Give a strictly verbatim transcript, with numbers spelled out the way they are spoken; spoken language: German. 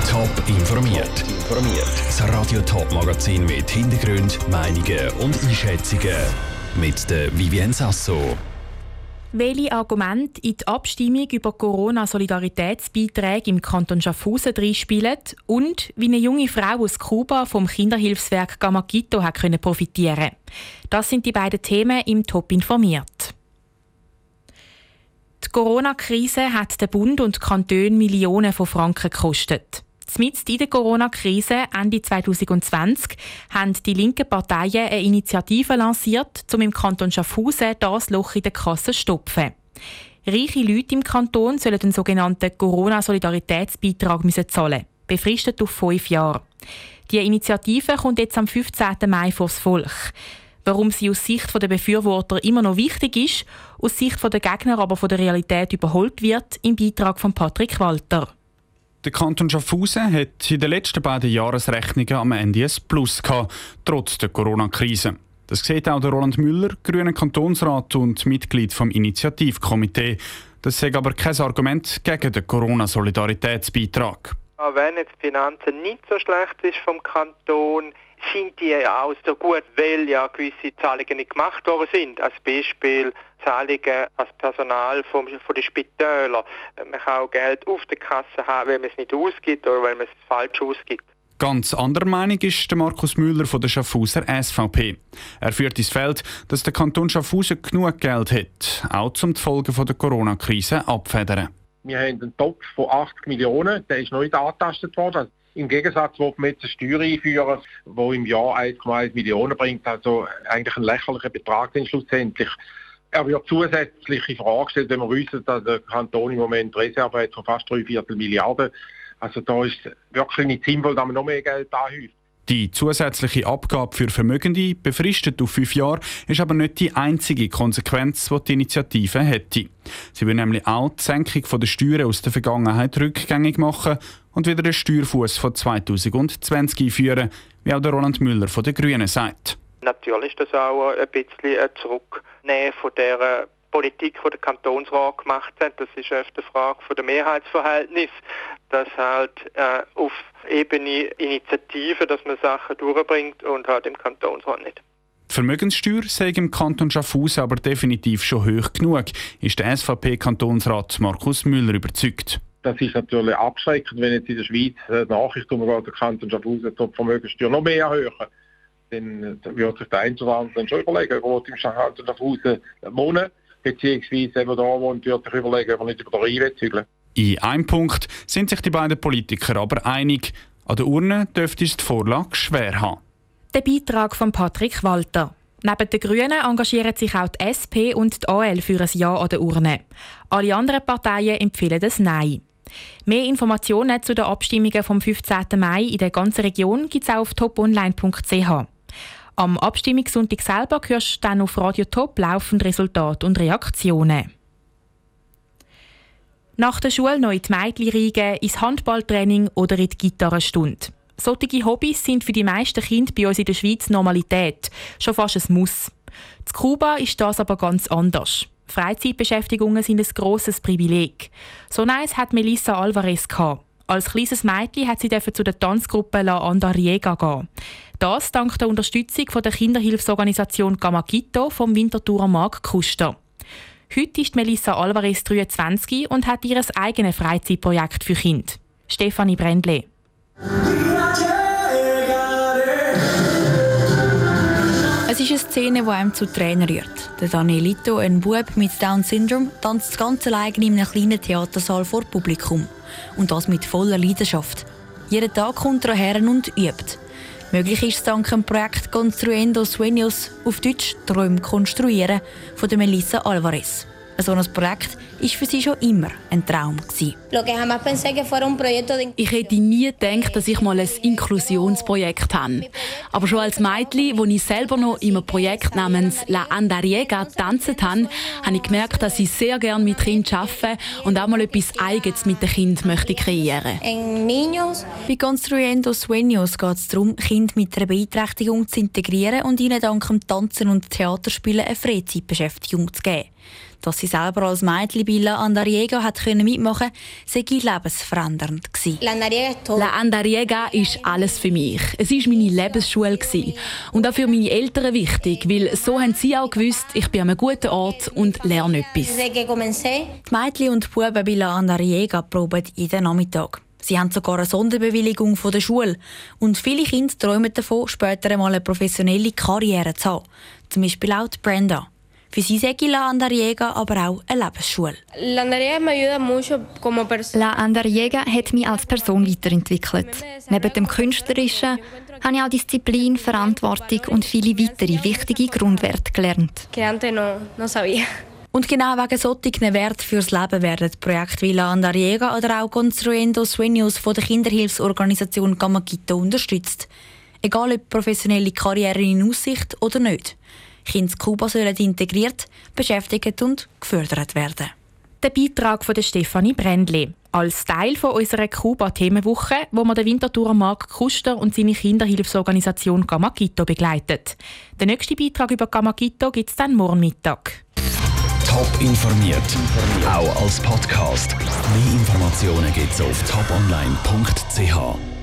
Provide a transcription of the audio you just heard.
Top informiert. informiert. Das Radio Top Magazin mit Hintergrund, Meinungen und Einschätzungen mit der Vivien Sasso. Welche Argumente in die Abstimmung über Corona-Solidaritätsbeiträge im Kanton Schaffhausen reinspielen und wie eine junge Frau aus Kuba vom Kinderhilfswerk Gamma-Quito profitieren konnte. Das sind die beiden Themen im Top informiert. Die Corona-Krise hat den Bund und die Kantone Millionen von Franken gekostet. Mitten in der Corona-Krise Ende zwanzig zwanzig haben die linken Parteien eine Initiative lanciert, um im Kanton Schaffhausen das Loch in der Kasse zu stopfen. Reiche Leute im Kanton sollen den sogenannten Corona-Solidaritätsbeitrag zahlen, befristet auf fünf Jahre. Die Initiative kommt jetzt am fünfzehnten Mai vors Volk. Warum sie aus Sicht der Befürworter immer noch wichtig ist, aus Sicht der Gegner aber von der Realität überholt wird, im Beitrag von Patrick Walter. Der Kanton Schaffhausen hat in den letzten beiden Jahresrechnungen am Ende ein Plus gehabt, trotz der Corona-Krise. Das sieht auch der Roland Müller, grüner Kantonsrat und Mitglied vom Initiativkomitee. Das ist aber kein Argument gegen den Corona-Solidaritätsbeitrag. Auch wenn jetzt die Finanzen nicht so schlecht ist vom Kanton, sind die ja auch so gut, weil ja gewisse Zahlungen nicht gemacht worden sind. Als Beispiel Zahlungen als Personal von, von den Spitälern. Man kann auch Geld auf der Kasse haben, wenn man es nicht ausgibt oder wenn man es falsch ausgibt. Ganz anderer Meinung ist der Markus Müller von der Schaffhauser S V P. Er führt ins Feld, dass der Kanton Schaffhausen genug Geld hat, auch um die Folgen der Corona-Krise abzufedern. Wir haben einen Topf von achtzig Millionen, der ist noch nicht angetastet worden. Im Gegensatz will man jetzt eine Steuer einführen, die im Jahr eins Komma eins Millionen bringt, also eigentlich ein lächerlicher Betrag denn schlussendlich. Er wird zusätzliche Fragen gestellt, wenn wir wissen, dass der Kanton im Moment Reserve hat von fast drei Viertel Milliarden. Also da ist wirklich nicht sinnvoll, dass man noch mehr Geld anhäuft. Die zusätzliche Abgabe für Vermögende, befristet auf fünf Jahre, ist aber nicht die einzige Konsequenz, die die Initiative hätte. Sie will nämlich auch die Senkung der Steuern aus der Vergangenheit rückgängig machen und wieder den Steuerfuss von zwanzig zwanzig einführen, wie auch der Roland Müller von den Grünen sagt. Natürlich ist das auch ein bisschen ein Zurücknehmen von der Politik, die der Kantonsrat gemacht hat. Das ist oft eine Frage von der Mehrheitsverhältnis, dass halt äh, auf Ebene Initiative, dass man Sachen durchbringt und halt im Kantonsrat nicht. Die Vermögenssteuer sei im Kanton Schaffhausen aber definitiv schon hoch genug, ist der S V P-Kantonsrat Markus Müller überzeugt. Das ist natürlich abschreckend, wenn jetzt in der Schweiz eine Nachricht umgeht, der Kanton Schaffhausen die Vermögenssteuer noch mehr erhöhen. Dann würde sich der eine oder andere dann schon überlegen, ob er im Kanton Schaffhausen wohnen, beziehungsweise eben da wohnt, würde sich überlegen, ob er nicht über den Rhein zügeln. In einem Punkt sind sich die beiden Politiker aber einig. An der Urne dürfte es die Vorlage schwer haben. Der Beitrag von Patrick Walter. Neben den Grünen engagieren sich auch die S P und die A L für ein Ja an der Urne. Alle anderen Parteien empfehlen das Nein. Mehr Informationen zu den Abstimmungen vom fünfzehnten Mai in der ganzen Region gibt es auch auf top online punkt c h. Am Abstimmungssonntag selber hörst du dann auf Radio Top laufend Resultate und Reaktionen. Nach der Schule noch in die Mädchenriege, ins Handballtraining oder in die Gitarrenstunde. Solche Hobbys sind für die meisten Kinder bei uns in der Schweiz Normalität, schon fast ein Muss. In Kuba ist das aber ganz anders. Freizeitbeschäftigungen sind ein grosses Privileg. So eins hat Melissa Alvarez gehabt. Als kleines Mädchen hat sie zu der Tanzgruppe La Andariega gehen. Das dank der Unterstützung von der Kinderhilfsorganisation Gamma-Quito vom Winterthurer Marc Kuster. Heute ist Melissa Alvarez dreiundzwanzig und hat ihr eigenes Freizeitprojekt für Kinder. Stefanie Brändle. Es ist eine Szene, die einem zu Tränen rührt. Der Danielito, ein Bub mit Down-Syndrom, tanzt ganz allein in einem kleinen Theatersaal vor Publikum. Und das mit voller Leidenschaft. Jeden Tag kommt er her und übt. Möglich ist es dank dem Projekt Construyendo Sueños, auf Deutsch Träume konstruieren, von der Melissa Alvarez. So ein Projekt war für sie schon immer ein Traum. Ich hätte nie gedacht, dass ich mal ein Inklusionsprojekt habe. Aber schon als Mädchen, als ich selber noch in einem Projekt namens La Andariega tanzt habe, habe ich gemerkt, dass ich sehr gerne mit Kindern arbeite und auch mal etwas Eigenes mit den Kindern möchte kreieren möchte. Bei Construyendo Sueños geht es darum, Kinder mit einer Beeinträchtigung zu integrieren und ihnen dank dem Tanzen und Theaterspielen eine Freizeitbeschäftigung zu geben. Dass sie selber als Mädchen bei La Andariega hat mitmachen konnte, sei lebensverändernd gewesen. La Andariega ist alles für mich. Es war meine Lebensschule und auch für meine Eltern wichtig, weil so haben sie auch gewusst, ich bin an einem guten Ort und lerne etwas. Die Mädchen und Buben bei La Andariega proben jeden Nachmittag. Sie haben sogar eine Sonderbewilligung von der Schule. Und viele Kinder träumen davon, später einmal eine professionelle Karriere zu haben. Zum Beispiel auch Brenda. Für sie sei La Andariega aber auch eine Lebensschule. La Andariega hat mich als Person weiterentwickelt. Neben dem Künstlerischen habe ich auch Disziplin, Verantwortung und viele weitere wichtige Grundwerte gelernt. Und genau wegen solchen Werten fürs Leben werden Projekte wie La Andariega oder auch Construendo Sueños von der Kinderhilfsorganisation Gamma-Quito unterstützt. Egal ob professionelle Karriere in Aussicht oder nicht. Kinder in Kuba sollen integriert, beschäftigt und gefördert werden. Der Beitrag von Stefanie Brändli. Als Teil von unserer Kuba-Themenwoche, wo man den Winterthurer Marc Kuster und seine Kinderhilfsorganisation Gamma-Quito begleitet. Der nächste Beitrag über Gamma-Quito gibt es dann morgen Mittag. Top informiert, auch als Podcast. Mehr Informationen gibt es auf top online punkt c h.